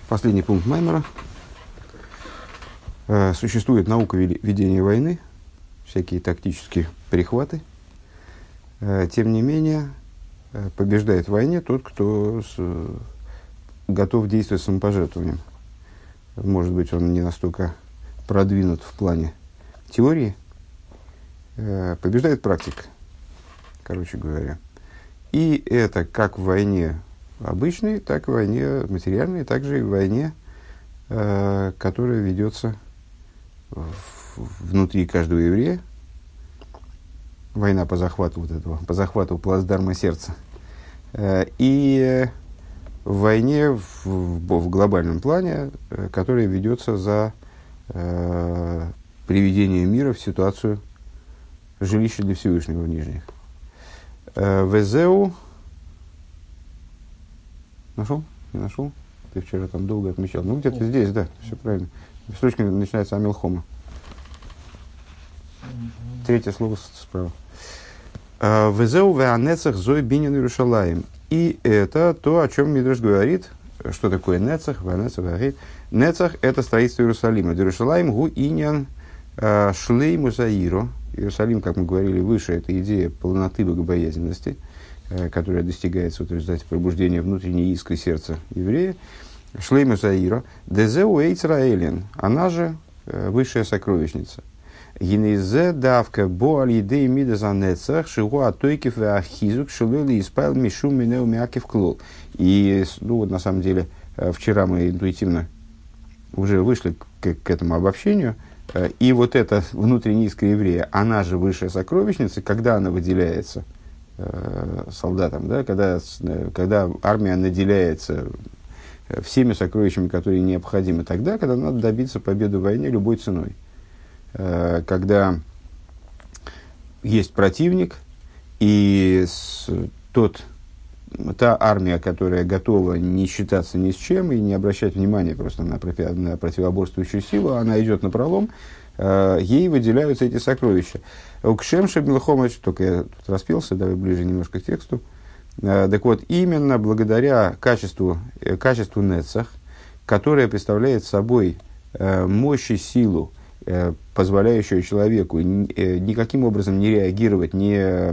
Последний пункт Маймера. Существует наука ведения войны, всякие тактические перехваты. Тем не менее, побеждает в войне тот, кто готов действовать самопожертвованием. Может быть, он не настолько продвинут в плане теории. Побеждает практика, короче говоря. И это как в войне обычной, так и в войне материальной, также и в войне, которая ведется внутри каждого еврея. Война по захвату по захвату плацдарма сердца. И в войне в глобальном плане, которая ведется за приведение мира в ситуацию жилища для Всевышнего в Нижних. Везеу. Нашел? Не нашел? Ты вчера там долго отмечал. Ну, где-то здесь, да, все правильно. Строчка начинается Амилхома. Третье слово справа. Везеу веанецах зой бинин Иерушалаим. И это то, о чем Мидраш говорит. Что такое нецах? Веанецах говорит. Нецах – это строительство Иерусалима. Иерушалаим гу иньян шлейму заиро. Иерусалим, как мы говорили выше, это идея полноты богобоязненности, которая достигается в результате пробуждения внутренней искры сердца еврея. Шлейму заиро. Дезеу эйцраэлен. Она же высшая сокровищница. Генезе давка бо аль-идей мида за нецах шигу атойкив и ахизук шилули испайл мишу минеу мякив клол. И, ну, вот, на самом деле, вчера мы интуитивно уже вышли к этому обобщению. И вот эта внутренняя искра еврея, она же высшая сокровищница, когда она выделяется солдатам, да, когда армия наделяется всеми сокровищами, которые необходимы, тогда, когда надо добиться победы в войне любой ценой. Когда есть противник, и та армия, которая готова не считаться ни с чем и не обращать внимания просто на противоборствующую силу, она идет напролом, ей выделяются эти сокровища. Укшем Шабмилхомыч, только я тут распился, давай ближе немножко к тексту. Так вот, именно благодаря качеству нецах, которое представляет собой мощь и силу, позволяющую человеку никаким образом не реагировать, не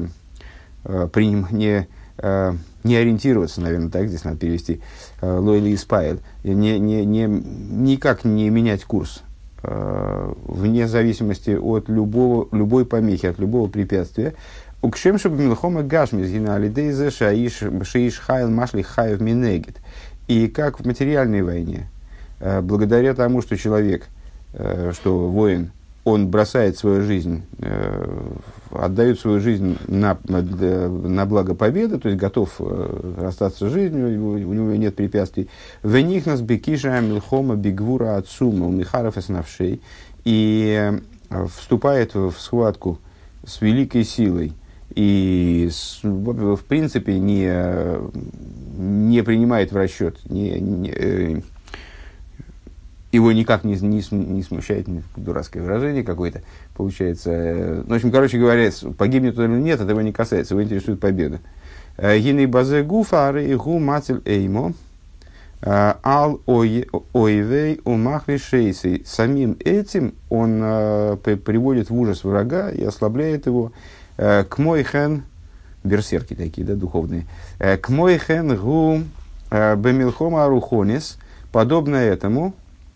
ориентироваться, наверное, так здесь надо перевести, лойли испайл, никак не менять курс, вне зависимости от любой помехи, от любого препятствия. Укшем шаб милхома гашмис гинали дейзе шаиш хайл машли хаев минегит. И как в материальной войне, благодаря тому, что человек, что воин, он бросает свою жизнь, отдает свою жизнь на благо победы, то есть готов расстаться с жизнью, у него нет препятствий. В них нас бекиша милхома бигвура отсума у михаров эснавшей, и вступает в схватку с великой силой и в принципе не принимает в расчет, его никак не смущает, дурацкое выражение какое-то, получается. Ну, в общем, короче говоря, погибнет он или нет, это его не касается, его интересует победа. Гиней базе гуфары и гу мацель эймо ал ойвей умахли шейсы. Самим этим он приводит в ужас врага и ослабляет его. К мойхен, берсерки такие, да, духовные. К мойхен гу бемилхома арухонис, подобно этому,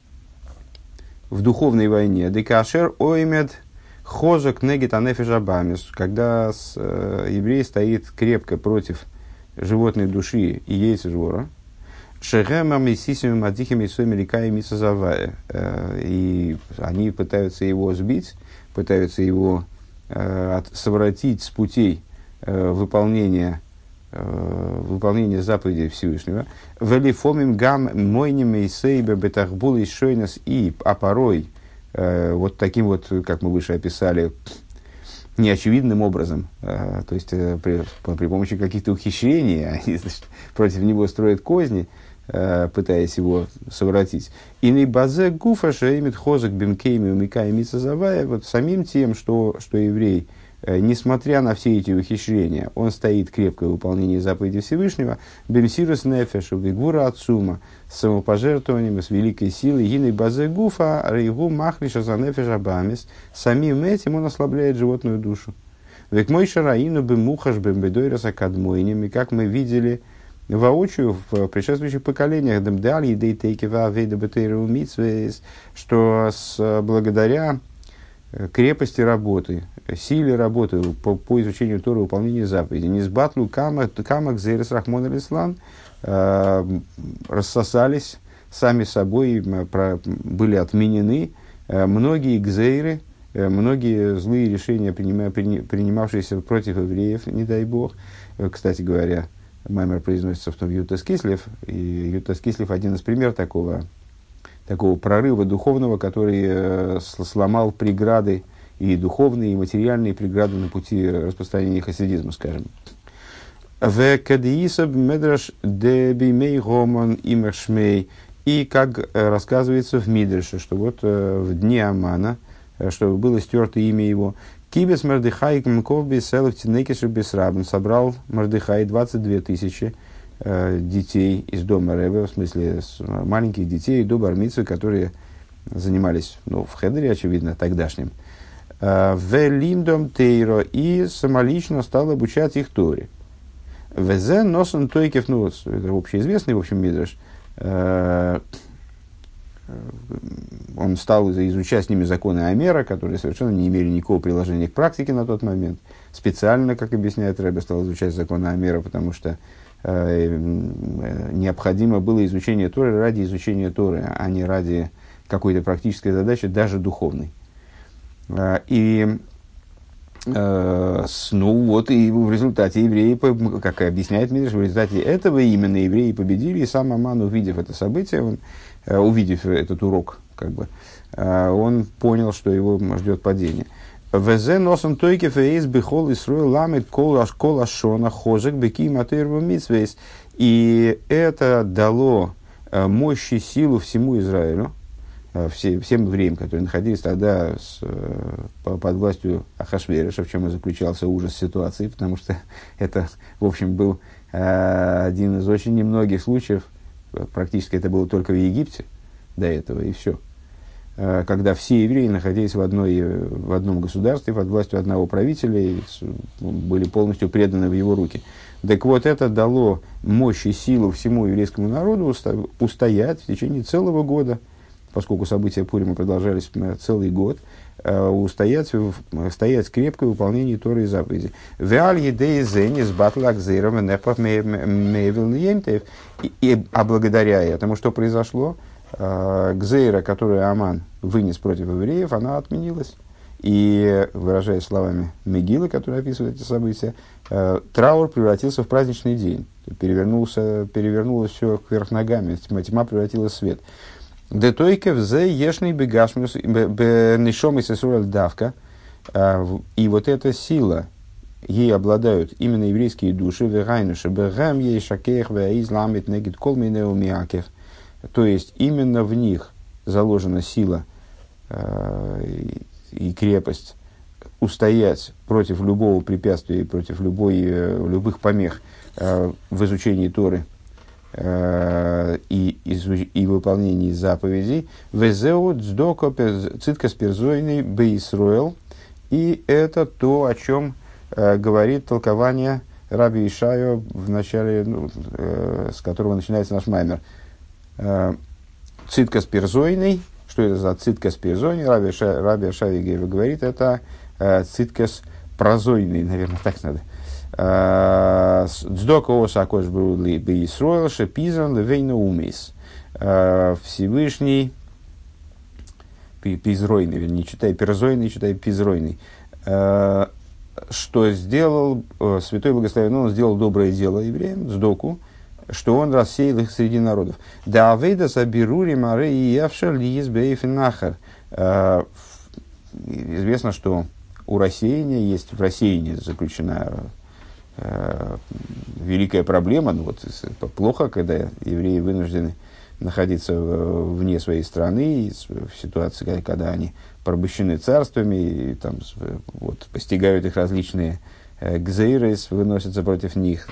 в духовной войне, декашер оймед хозок негит анефежабамис, когда еврей стоит крепко против животной души и яйцежора, шехема мисисими мадихими сомерикай мисазавая, и они пытаются его сбить, пытаются его совратить с путей выполнения заповедей Всевышнего. Велифомим гам мойним и сейбе бетахбул и шойнас и, а порой вот таким вот, как мы выше описали, неочевидным образом, то есть при помощи каких-то ухищрений, они, значит, против него строят козни, пытаясь его совратить. И на базе гуфа шеимит хозак бимкейми умикай мица завая, вот самим тем, что еврей несмотря на все эти ухищрения, он стоит крепко в выполнении заповеди Всевышнего, бемсирус нефешу вигура ацума, с самопожертвованием, с великой силой, гиной базе гуфа, рейгу махлиша за нефеша бамис, самим этим он ослабляет животную душу. Век мой шараину бемухаш бембедойраса кадмойними, как мы видели воочию в предшествующих поколениях, что благодаря крепости работы, силе работы по изучению Торы, выполнению заповедей, низбатлу камак зейрес рахмон алислан, рассосались сами собой, были отменены многие гзейры, многие злые решения, принимавшиеся против евреев, не дай бог. Кстати говоря, маймер произносится в том Ютас Кислев, и Ютас Кислев один из примеров такого прорыва духовного, который сломал преграды и духовные, и материальные преграды на пути распространения хасидизма, скажем. И как рассказывается в Мидреше, что вот в дни Амана, чтобы было стерто имя его, Кибес Мордехай Мков Беселов Тинекиш Бесрабн собрал Мордехай 22 тысячи детей из дома Ребе, в смысле маленьких детей до бар-мицвы, которые занимались в хедере, очевидно, тогдашнем. В Лимдом Тейро и самолично стал обучать их Торе. Везе Носон Тойкев, это общеизвестный, в общем, мидраш. Он стал изучать с ними законы Омера, которые совершенно не имели никакого приложения к практике на тот момент. Специально, как объясняет Ребе, стал изучать законы Омера, потому что необходимо было изучение Торы ради изучения Торы, а не ради какой-то практической задачи, даже духовной. И в результате евреи, как объясняет Мидраш, в результате этого именно евреи победили, и сам Аман, увидев это событие, увидев этот урок, он понял, что его ждет падение. Везе носом тойке фейс бихол Исруэл ламет кол ашона хожек беки матерву митсвейс. И это дало мощь и силу всему Израилю, всем евреям, которые находились тогда под властью Ахашвериша, в чем и заключался ужас ситуации, потому что это, в общем, был один из очень немногих случаев, практически это было только в Египте до этого, и все, когда все евреи находились в одном государстве, под властью одного правителя, и были полностью преданы в его руки. Так вот, это дало мощь и силу всему еврейскому народу устоять в течение целого года, поскольку события Пурима продолжались целый год, стоять крепко в выполнении Торы и заповедей. А благодаря этому, что произошло, гзейра, которую Аман вынес против евреев, она отменилась. И, выражаясь словами Мегилы, которые описывают эти события, траур превратился в праздничный день. Перевернулось все кверх ногами, тьма превратилась в свет. Детойкев зе ешный бегашмус бенешом и сесураль давка. И вот эта сила, ей обладают именно еврейские души, вегайнуша бегам ей шакех веизламит негит колминеу миакев. То есть именно в них заложена сила и крепость устоять против любого препятствия, против любых помех в изучении Торы и выполнении заповедей. Везеу цдоко циткас перзойный бейсруэл. И это то, о чем говорит толкование Раби Ишайо в начале, с которого начинается наш маймер. Циткас перзойный. Что это за циткас перзойный? Раби Ишайо говорит, это циткас прозойный, наверное, так надо. Цдока оса акош брудли бейсруэл шепизан левейна умис. Всевышний пизройный, не читай перзойный, читай пизройный. Что сделал святой благословенный, он сделал доброе дело евреям, цдоку, что он рассеял их среди народов. Да авейда сабирури маре и явшер лиез бейфинахар. Известно, что у рассеяния есть, в рассеянии заключена великая проблема. Плохо, когда евреи вынуждены находиться вне своей страны, в ситуации, когда они порабощены царствами, и там, вот, постигают их различные гзейрес, выносятся против них.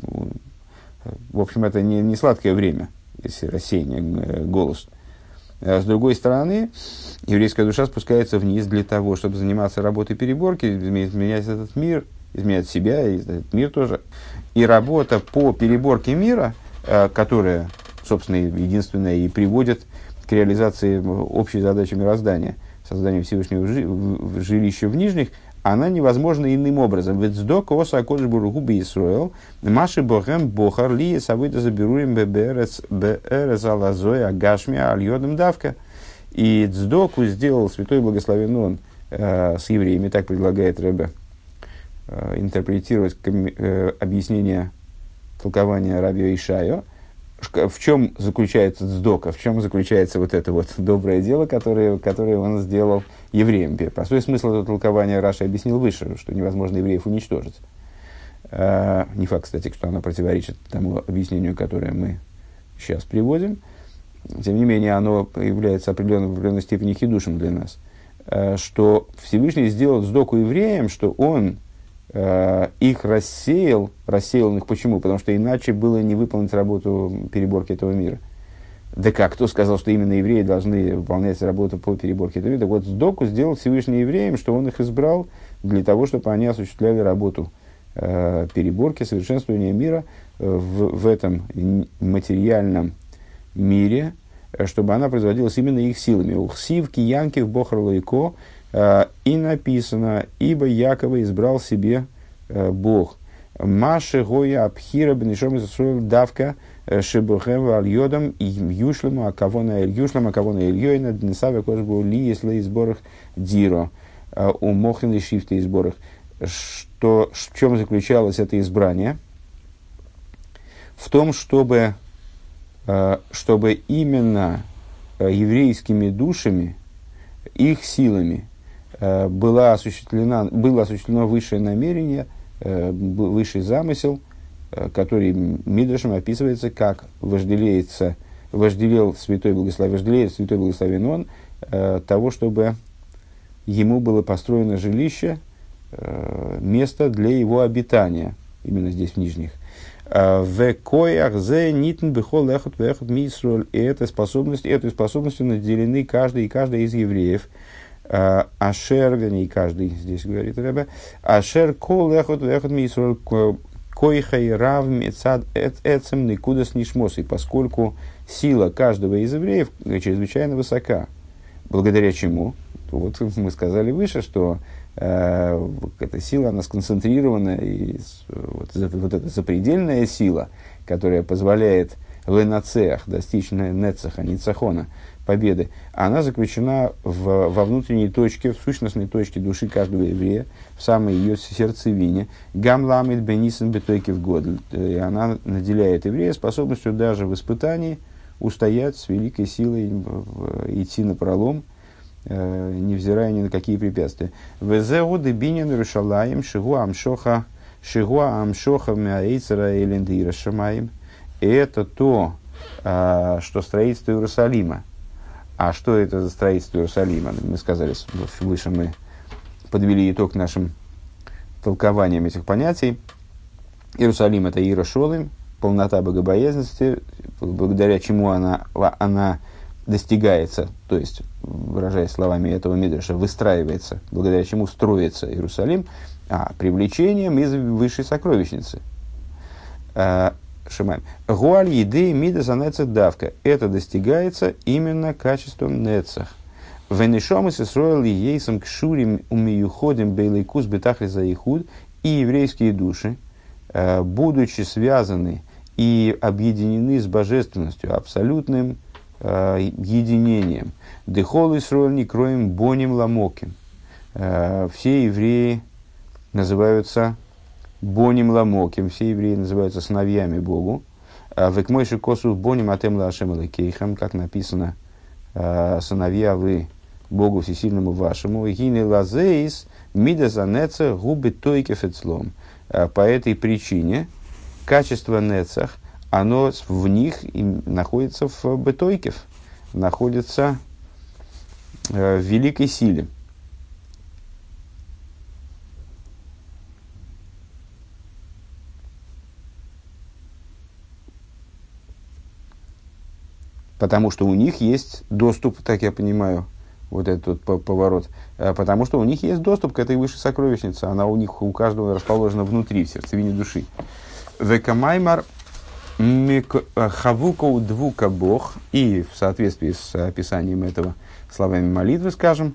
В общем, это не сладкое время, если рассеяние, голос. А с другой стороны, еврейская душа спускается вниз для того, чтобы заниматься работой переборки, изменять этот мир, изменять себя и этот мир тоже. И работа по переборке мира, которая, собственно, единственная и приводит к реализации общей задачи мироздания, созданию Всевышнего жилища в нижних, она невозможна иным образом. Ведь сдок оса кодж бургу бейсроэл, маши богем бохар ли савыда заберуем ббрс алазой агашми альодом давка. И цдоку сделал святой благословен он с евреями, так предлагает Ребе интерпретировать объяснение толкования Раби Ишайо. В чем заключается цдока, в чем заключается вот это вот доброе дело, которое он сделал евреям. Простой смысл этого толкования Раши объяснил выше, что невозможно евреев уничтожить. Не факт, кстати, что оно противоречит тому объяснению, которое мы сейчас приводим. Тем не менее, оно является в определенной степени хидушем для нас. Что Всевышний сделал цдоку евреям, что он их рассеял их почему? Потому что иначе было не выполнить работу переборки этого мира. Да как? Кто сказал, что именно евреи должны выполнять работу по переборке этого мира? Так вот, цдоку сделал Всевышний евреям, что он их избрал для того, чтобы они осуществляли работу переборки, совершенствования мира в этом материальном мире, чтобы она производилась именно их силами. Ухсив киянкив бохар лойко. И написано, ибо Якова избрал себе Бог. Маши гоя абхира бенешом изусуэл давка шебухем вальодам и юшлему акавона эль юшлем акавона эль йойна днесаве кожбу ли если изборах диро умохен ли шифты изборах. Что в чем заключалось это избрание? В том, чтобы именно еврейскими душами, их силами было осуществлено высшее намерение, высший замысел, который Мидрашем описывается как вожделеет святой благословен он, того, чтобы ему было построено жилище, место для его обитания, именно здесь в нижних. В коях зе нитн бихол эхот вехот мисроль. И этой способностью наделены каждый из евреев. Ашер, вернее, каждый, здесь говорит Ребе, Ашер кол эхот вехот мисроль койхай рав мецад эцем никудас нишмос. И поскольку сила каждого из евреев чрезвычайно высока, благодаря чему? Вот мы сказали выше, что эта сила, она сконцентрирована, и вот эта запредельная сила, которая позволяет ленацех, достичь нецеха, ницахона, победы, она заключена во внутренней точке, в сущностной точке души каждого еврея, в самой ее сердцевине. Гам ламит бенисен бетойки в год. И она наделяет еврея способностью даже в испытании устоять с великой силой, идти напролом, невзирая ни на какие препятствия. Везеу дебинин Иерушалаим шигуа амшоха мяэйцера элендира шамаим. Это то, что строительство Иерусалима. А что это за строительство Иерусалима? Мы сказали, выше мы подвели итог нашим толкованиям этих понятий. Иерусалим – это Иерушалим, полнота богобоязненности, благодаря чему она достигается, то есть, выражаясь словами этого Мидраша, выстраивается, благодаря чему строится Иерусалим, привлечением из высшей сокровищницы. Шимаем. Гуаль еды мидас анецах давка. Это достигается именно качеством нецах. Венешом и сесроил ейсом кшурим умиюходим бейлейкус бетахли заихуд. И еврейские души, будучи связаны и объединены с божественностью, абсолютным единением. Дехол Исроэль не кроем боним ламоким. Все евреи называются боним ламоким, все евреи называются сыновьями Богу. Векмойши косу боним атем лашем элакейхам, как написано, сыновья вы Богу всесильному вашему. Гине лазеис мидазанеца губы тойкеф эцлом. По этой причине качество нецах, оно в них находится в бетойкев, находится в великой силе. Потому что у них есть доступ, так я понимаю, вот этот вот поворот, потому что у них есть доступ к этой высшей сокровищнице, она у них, у каждого расположена внутри, в сердцевине души. Векамаймар хавукоу двука бог, и в соответствии с описанием этого словами молитвы, скажем,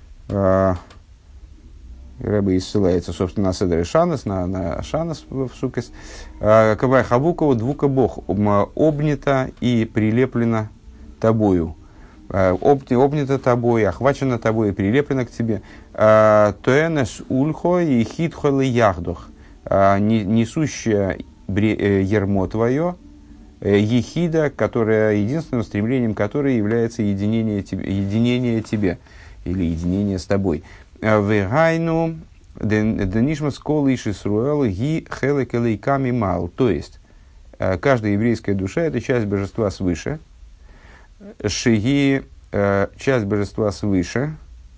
Рэбе ссылается, собственно, на Седер и Шанас, на Шанас в Суккес. Кавай хавукоу двука бог, обнято и прилеплено тобою. Обнято тобой, охвачено тобой и прилеплено к тебе. Тоэнес ульхо и хитхо яхдох, несущее ермо твое, ехида, которая, единственным стремлением которой является единение тебе, или единение с тобой. Вегайну денишмас кол иш Исруэл ги хелек элейками мал. То есть, каждая еврейская душа – это часть божества свыше. Шеги – часть божества свыше.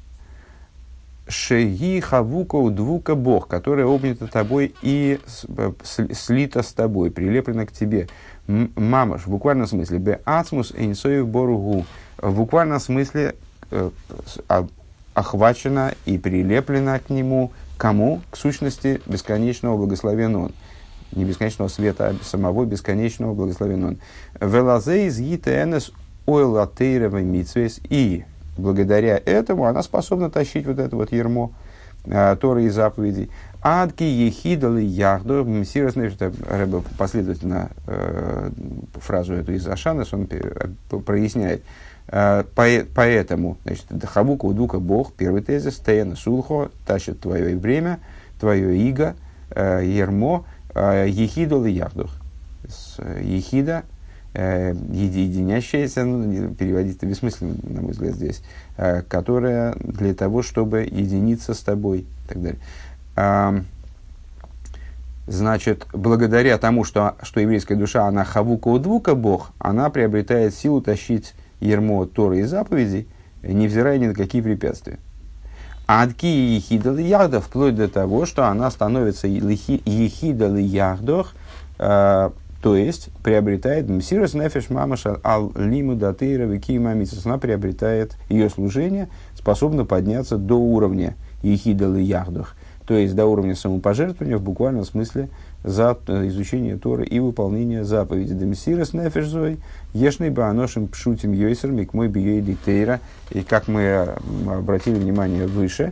Шеги хавука двука бог, которая обнята тобой и слита с тобой, прилеплена к тебе. Мамаш, в буквальном смысле, бе ацмус эйнсоев боругу, в буквальном смысле охвачена и прилеплена к нему, кому? К сущности бесконечного благословен он. Не бесконечного света, а самого бесконечного благословен он. Велазей згитэнес ойлатейровой митсвес, и благодаря этому она способна тащить вот это вот ярмо Торы и заповедей. Адки ехидалы яхдо мсирос нефиш. Рэбе последовательно фразу эту из Ашанас он проясняет. Поэтому, значит, хавука удука бог, первый тезис, тейна сулхо, тащит твое время, твое иго, ермо, ехидалы яхдох. Ехида, единящаяся, ну, переводить это бессмысленно, на мой взгляд, здесь, которая для того, чтобы единиться с тобой, и так далее. Значит, благодаря тому, что еврейская душа, она хавука удвука бог, она приобретает силу тащить ермо Торы и заповедей, невзирая ни на какие препятствия. Адки и ехидалы яхдох, вплоть до того, что она становится ехидалы яхдох, то есть приобретает мсирос нефеш мамаша ал лиму датейра вики мамицус, она приобретает, ее служение способно подняться до уровня ехидалы яхдох, то есть до уровня самопожертвования в буквальном смысле за изучение Торы и выполнение заповедей. Демсирос нефеш зой ешный бааношим пшутим йойсер микмой бией дитейра. И как мы обратили внимание выше,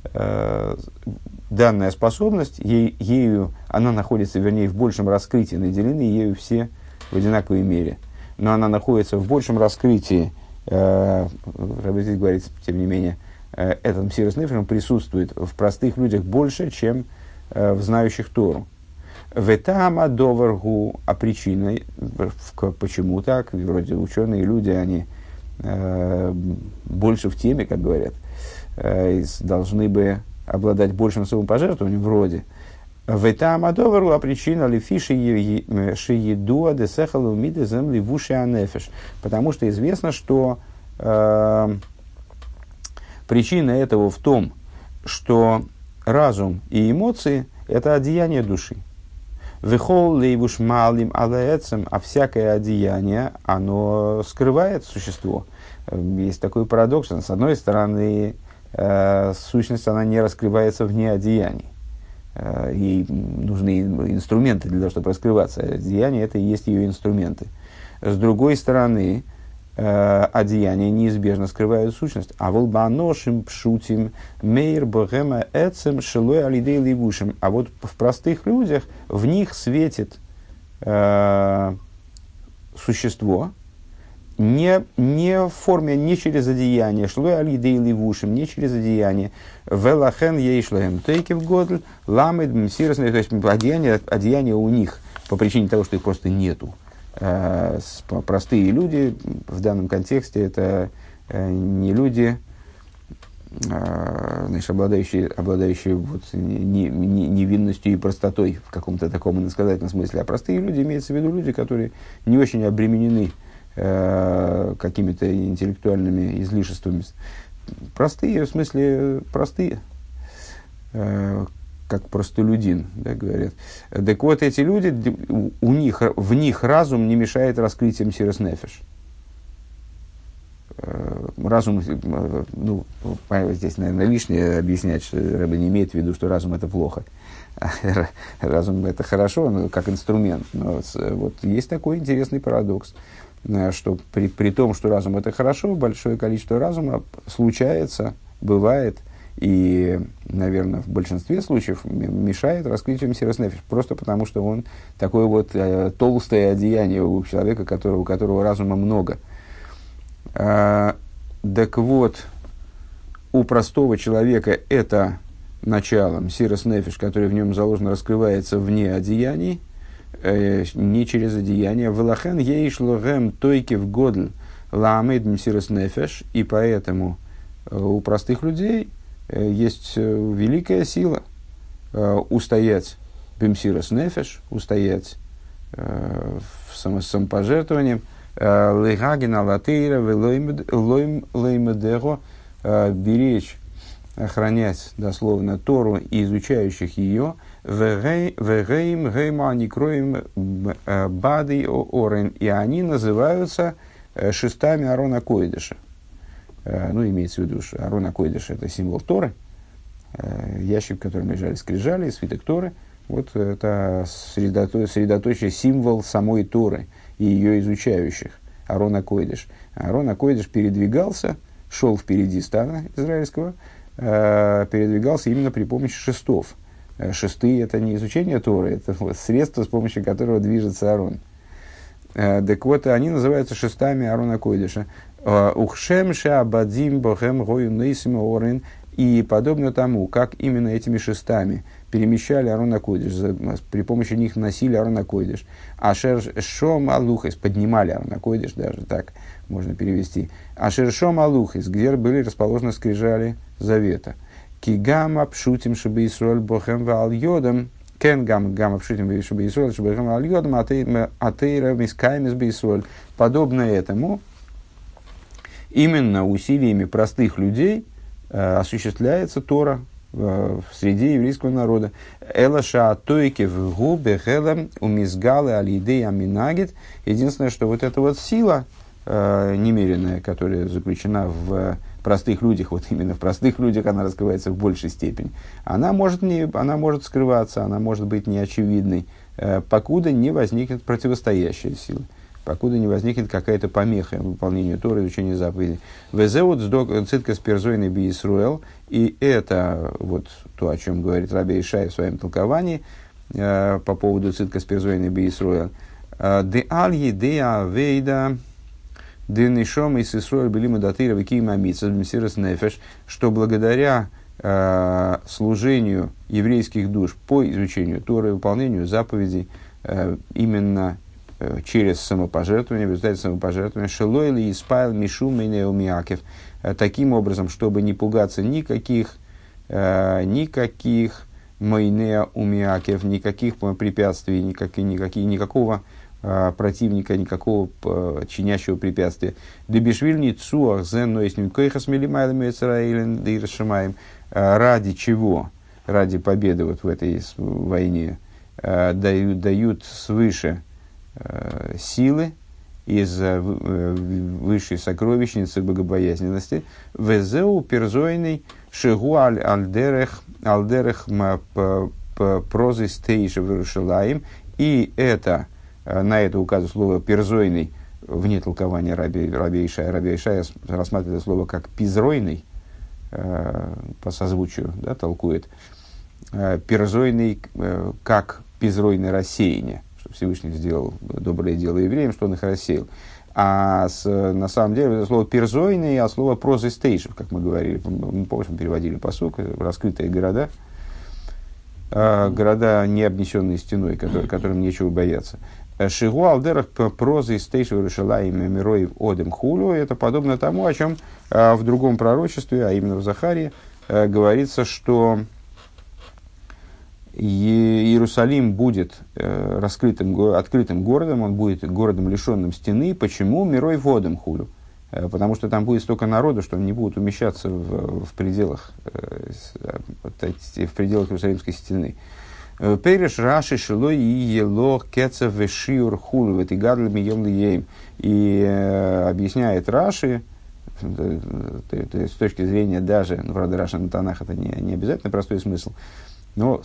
данная способность, ею она находится, вернее, в большем раскрытии, наделены ею все в одинаковой мере. Но она находится в большем раскрытии, здесь говорится, тем не менее, этот мсирос нефеш присутствует в простых людях больше, чем в знающих Тору. Ветама доваргу, а причиной, почему так, вроде ученые люди, они больше в теме, как говорят, должны бы обладать большим самопожертвованием, вроде. Ветама доваргу, а причина лифи шиедуа десехалу миде земли вуши анефеш. Потому что известно, что причина этого в том, что разум и эмоции – это одеяние души. Вехол лейвуш малим алаэцем, а всякое одеяние, оно скрывает существо. Есть такой парадокс. С одной стороны, сущность, она не раскрывается вне одеяний. Ей нужны инструменты для того, чтобы раскрываться. Одеяние – это и есть ее инструменты. С другой стороны, одеяния неизбежно скрывают сущность. А волбаношим пшутим мейр богема эцем шелой алидей ливушим. А вот в простых людях в них светит существо не в форме, не через одеяние, шелой алидей ливушим, не через одеяние. Велахен ейшлаем тейкев годль ламед мсирос. То есть одеяние у них по причине того, что их просто нету. Простые люди в данном контексте это не люди, значит, обладающие вот невинностью и простотой в каком-то таком иносказательном смысле. А простые люди, имеется в виду люди, которые не очень обременены какими-то интеллектуальными излишествами. Простые, в смысле, простые, как простолюдин, да, говорят. Так вот, эти люди, в них разум не мешает раскрытием сирос нефеш. Разум, ну, здесь, наверное, лишнее объяснять, что Рэбе не имеет в виду, что разум это плохо. Разум это хорошо, но как инструмент. Но вот есть такой интересный парадокс, что при том, что разум это хорошо, большое количество разума случается, бывает, и, наверное, в большинстве случаев мешает раскрытию сирос нефеш, просто потому что он такое вот толстое одеяние у человека, у которого разума много. Так вот, у простого человека это началом сирос нефеш, который в нем заложено, раскрывается вне одеяний, не через одеяние. Велахен ейш логем тойкев годль ламейдм сирос нефеш, и поэтому у простых людей есть великая сила устоять бимсирос нефеш, устоять самопожертвованием, лейгагина латейра леймедеро, беречь, охранять дословно Тору и изучающих ее, вегейм гейма никроим бады орен, и они называются шестами Арона Койдыша. Ну, имеется в виду, что Арона Койдыш это символ Торы, ящик, в котором лежали скрижали, свиток Торы. Вот это средоточие, символ самой Торы и ее изучающих, Арона Койдыш. Арона Койдыш передвигался, шел впереди стана израильского, передвигался именно при помощи шестов. Шесты – это не изучение Торы, это вот средство, с помощью которого движется Арон. Так вот, они называются шестами Арона Койдыша. Ухшем шабадим бохем гою нейсим орен. И подобно тому, как именно этими шестами перемещали Арона Койдыш, при помощи них носили Арона Койдыш. Ашер шом алухис, поднимали Арона Койдыш, даже так можно перевести. Ашер шом алухис, где были расположены скрижали завета. Кигам апшутим шебе Исруэль бохем ваал йодам. Кен гам апшутим шебе Исруэль шебе бохем ваал йодам атеира мискаймис бе Исруэль. Подобно этому, именно усилиями простых людей осуществляется Тора в среде еврейского народа. Элаша тойке в губе хелем умизгалы алидея минагит. Единственное, что вот эта вот сила немеренная, которая заключена в простых людях, вот именно в простых людях она раскрывается в большей степени, она может скрываться, она может быть неочевидной, покуда не возникнет противостоящая сила, покуда не возникнет какая-то помеха выполнению Торы, изучению заповедей. Везеут цитка сперзойный би Исруэл, и это вот то, о чем говорит Раби Ишай в своем толковании по поводу цитка сперзойный би Исруэл. Де альи де авейда де нишом из Исруэл белима датыра векима амитсас бимсирос нефеш, что благодаря служению еврейских душ по изучению Торы, выполнению заповедей, именно через самопожертвование, в результате самопожертвования, шелойли и спайл мишу мейнеумиакев, таким образом, чтобы не пугаться никаких мейнеумиакев, никаких препятствий, никакого противника, никакого чинящего препятствия. Дебишвильни цуах зен ноисним койхас милимайлами эцраилен дейршимаем. Ради чего? Ради победы вот в этой войне дают свыше силы из высшей сокровищницы богобоязненности. Везеу перзойный шигу алдерех прозы стейша в Иерушалаим. И это, на это указывает слово перзойный вне толкования Раби Ишая. Раби Ишая рассматривает это слово как пизройный, по созвучию, да, толкует. Перзойный как пизройный рассеяние. Всевышний сделал доброе дело евреям, что он их рассеял. На самом деле, это слово «перзойный», а слово «прозистейшев», как мы говорили. Помнишь, мы переводили пасук, раскрытые города. Города, не обнесенные стеной, которым нечего бояться. Шигу алдерах проза из Тейшева Решалаим Мироев Одем Хулю. Это подобно тому, о чем в другом пророчестве, а именно в Захарии, говорится, что Иерусалим будет открытым городом, он будет городом, лишенным стены. Почему? Мирой водом хулю. Потому что там будет столько народу, что они не будут умещаться в пределах Иерусалимской стены. Переш Раши Шило и Ело Кецев Вешиур Хулю, это гадли мием лиеем. И объясняет Раши, с точки зрения даже, правда, Раши на Танах это не обязательно простой смысл, но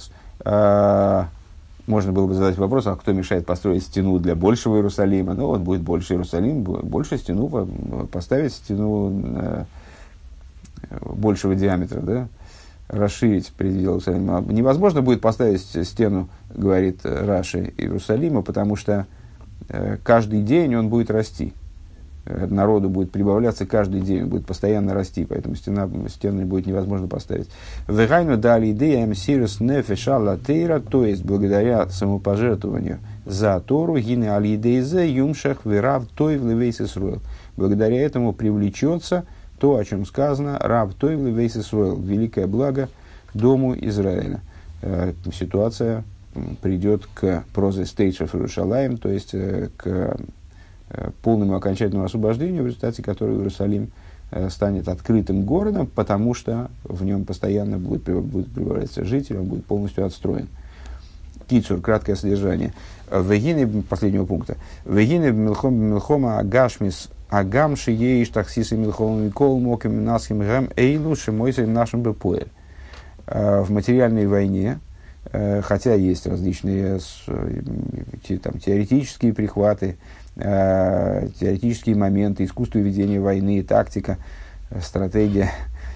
можно было бы задать вопрос, а кто мешает построить стену для большего Иерусалима? Ну, вот будет больше Иерусалим, больше стену, поставить стену большего диаметра, да? Расширить предел Иерусалима. Невозможно будет поставить стену, говорит Раши, Иерусалима, потому что каждый день он будет расти. Народу будет прибавляться каждый день, он будет постоянно расти, поэтому стены будет невозможно поставить. Вегайну дали идея мсирус нефеша латейра, то есть благодаря самопожертвованию за Тору, гины алидейзе юмшах верав той в левейс Исруэл. Благодаря этому привлечется то, о чем сказано, рав той в левейс Исруэл, великое благо дому Израиля. Ситуация придет к прозе стейджев Иерушалаим, то есть к полному окончательному освобождению, в результате которого Иерусалим станет открытым городом, потому что в нем постоянно будет прибавляться жители, он будет полностью отстроен. Кицур, краткое содержание. Вегины, последнего пункта. Вегины милхома агашмис агамши еиш таксисы милхома микол моким насхим гам эйлу шимойсим нашим бепоэль. В материальной войне, хотя есть различные теоретические прихваты, теоретические моменты, искусство ведения войны, тактика, стратегия.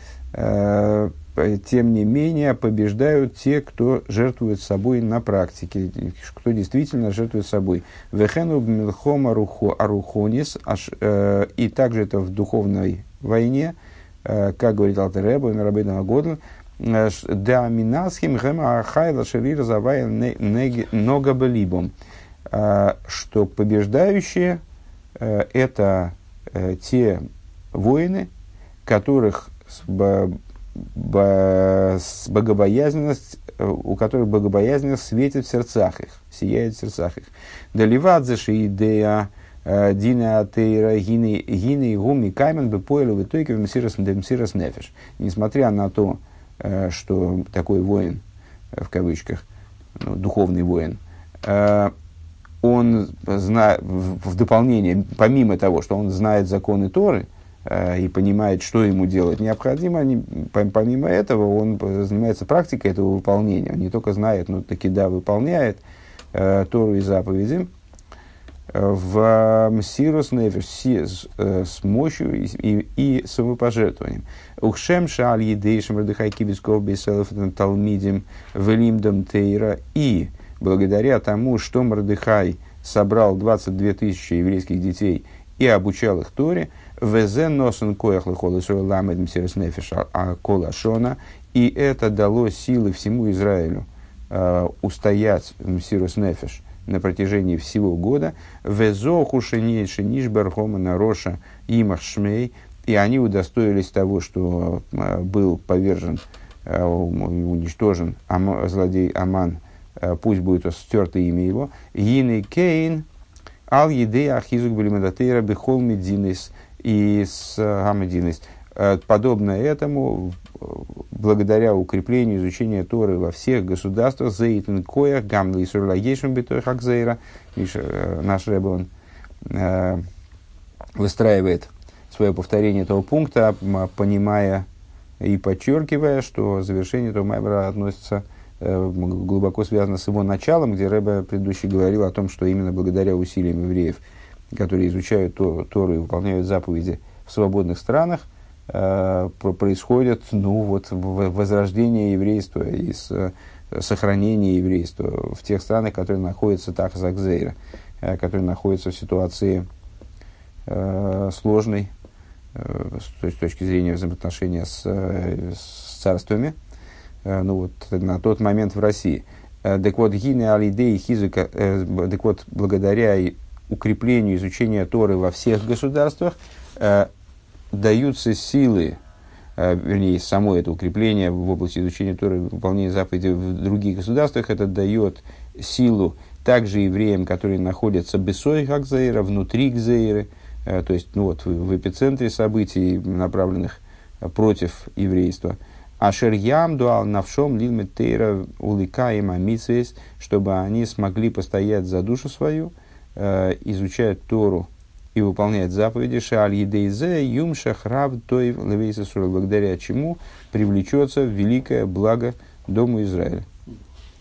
Тем не менее, побеждают те, кто жертвует собой на практике, кто действительно жертвует собой. Вехену милхома арухонис, и также это в духовной войне, как говорит Алтер Ребе, Мирабейна Годл, да минасхим гэма ахайла шерир завая ногабелибом, что побеждающие это те воины, которых у которых богобоязненность светит в сердцах их, сияет в сердцах их. Деливадзеши идея дина атеира гины гуми каймен бепоэлу витойке в мсирос нефеш. Несмотря на то, что такой воин, в кавычках, духовный воин, он в дополнение, помимо того, что он знает законы Торы и понимает, что ему делать необходимо, помимо этого он занимается практикой этого выполнения. Он не только знает, но таки да, выполняет Тору и заповеди в мсирос нефеш с мощью и самопожертвованием. Ухшем шааль едейшем радыхай кибисков бейселов талмидим велимдам тейра. И благодаря тому, что Мордехай собрал 22 тысячи еврейских детей и обучал их Торе, везен носен коях лихол Исруэл ламед мсирос нефеш а колашона, и это дало силы всему Израилю устоять мсирос нефеш на протяжении всего года. Везоху шеней шениш бархома нароша имах шмей, и они удостоились того, что был повержен, уничтожен злодей Аман, пусть будет стерто имя его. Гины Кейн, ал едей ахизук балимадатейра бихол мединес и с гамединес. Подобно этому, благодаря укреплению изучения Торы во всех государствах, зейтен коях гамли и сурлагейшим битой хакзейра, наш Ребе, он выстраивает свое повторение этого пункта, понимая и подчеркивая, что завершение этого маймера относится глубоко связано с его началом, где Ребе предыдущий говорил о том, что именно благодаря усилиям евреев, которые изучают Тору и выполняют заповеди в свободных странах, происходит возрождение еврейства и сохранение еврейства в тех странах, которые находятся тахас-акзейра, которые находятся в ситуации сложной с точки зрения взаимоотношения с царствами, на тот момент в России. Так вот, гине алидей хизука, так вот, благодаря укреплению изучения Торы во всех государствах, даются силы, вернее, само это укрепление в области изучения Торы, выполнения заповедей в других государствах, это дает силу также евреям, которые находятся бесой Гзейра, внутри Гзейры, то есть в эпицентре событий, направленных против еврейства. Ашер ям дуал навшом лилмет тейра уликаем амитсвейс, чтобы они смогли постоять за душу свою, изучать Тору и выполнять заповеди, шааль едейзе юм шахрав тоев левейса сура, благодаря чему привлечется великое благо Дому Израиля.